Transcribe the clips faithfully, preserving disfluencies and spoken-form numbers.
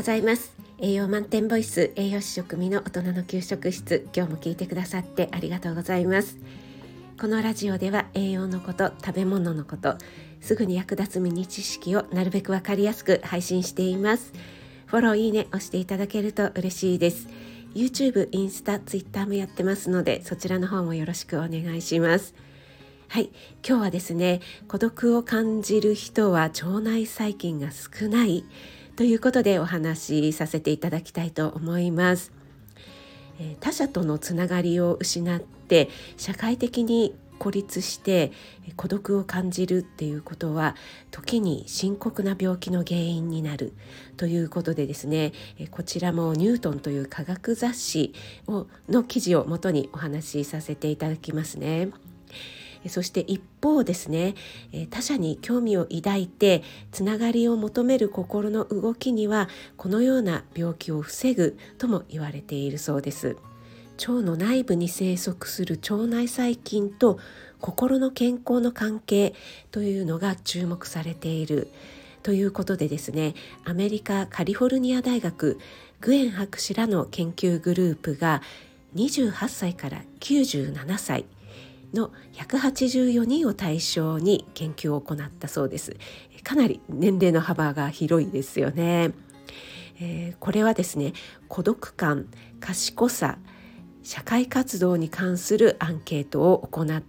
ざいます。栄養満点ボイス、栄養士食味の大人の給食室、今日も聞いてくださってありがとうございます。このラジオでは栄養のこと、食べ物のこと、すぐに役立つミニ知識をなるべくわかりやすく配信しています。フォロー、いいね押していただけると嬉しいです。 YouTube、インスタ、Twitter もやってますので、そちらの方もよろしくお願いします。はい、今日はですね、孤独を感じる人は腸内細菌が少ないということでお話しさせていただきたいと思います。えー、他者とのつながりを失って社会的に孤立して孤独を感じるっていうことは、時に深刻な病気の原因になるということでですね、こちらもニュートンという科学雑誌をの記事をもとにお話しさせていただきますね。そして一方ですね、他者に興味を抱いてつながりを求める心の動きには、このような病気を防ぐとも言われているそうです。腸の内部に生息する腸内細菌と心の健康の関係というのが注目されているということでですね、アメリカカリフォルニア大学グエン博士らの研究グループがにじゅうはっさいからきゅうじゅうななさいのひゃくはちじゅうよにんを対象に研究を行ったそうです。かなり年齢の幅が広いですよね。えー、これはですね、孤独感、賢さ、社会活動に関するアンケートを行って、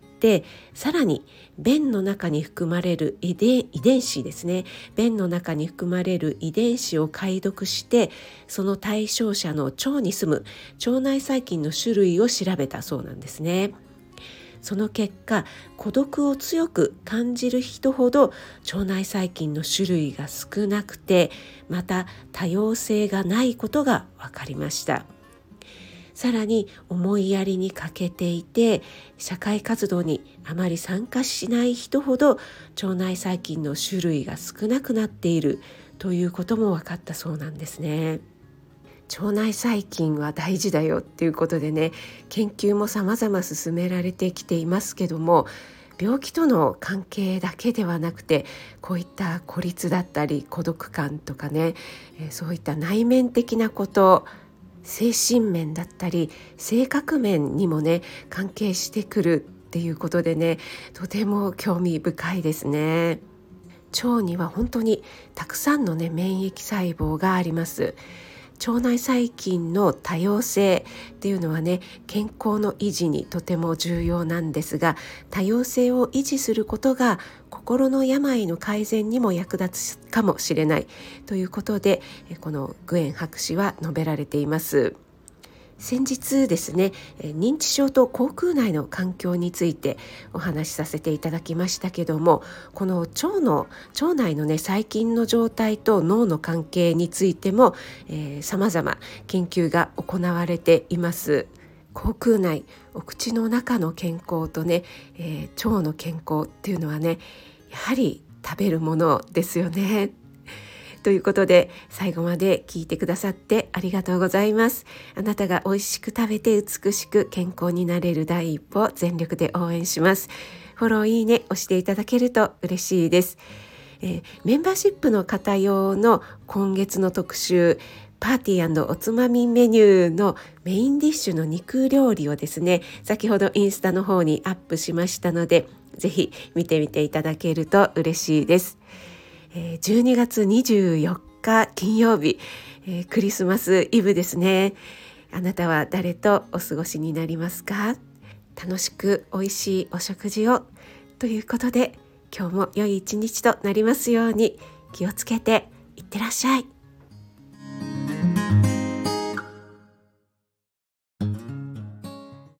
さらに便の中に含まれる遺伝、遺伝子ですね、便の中に含まれる遺伝子を解読して、その対象者の腸に住む腸内細菌の種類を調べたそうなんですね。その結果、孤独を強く感じる人ほど腸内細菌の種類が少なくて、また多様性がないことが分かりました。さらに思いやりに欠けていて、社会活動にあまり参加しない人ほど腸内細菌の種類が少なくなっているということも分かったそうなんですね。腸内細菌は大事だよっていうことでね、研究も様々進められてきていますけども、病気との関係だけではなくて、こういった孤立だったり孤独感とかね、そういった内面的なこと、精神面だったり性格面にもね関係してくるっていうことでね、とても興味深いですね。腸には本当にたくさんのね免疫細胞があります。腸内細菌の多様性っていうのはね、健康の維持にとても重要なんですが、多様性を維持することが心の病の改善にも役立つかもしれないということで、このグエン博士は述べられています。先日ですね、認知症と口腔内の環境についてお話しさせていただきましたけども、この腸の腸内のね細菌の状態と脳の関係についても、えー、様々研究が行われています。口腔内、お口の中の健康とね、えー、腸の健康っていうのはね、やはり食べるものですよね。ということで、最後まで聞いてくださってありがとうございます。あなたが美味しく食べて美しく健康になれる第一歩を全力で応援します。フォロー、いいね押していただけると嬉しいです。えー、メンバーシップの方用の今月の特集、パーティー&おつまみメニューのメインディッシュの肉料理をですね、先ほどインスタの方にアップしましたので、ぜひ見てみていただけると嬉しいです。じゅうにがつにじゅうよっか金曜日、えー、クリスマスイブですね。あなたは誰とお過ごしになりますか？楽しく美味しいお食事をということで、今日も良い一日となりますように。気をつけていってらっしゃい。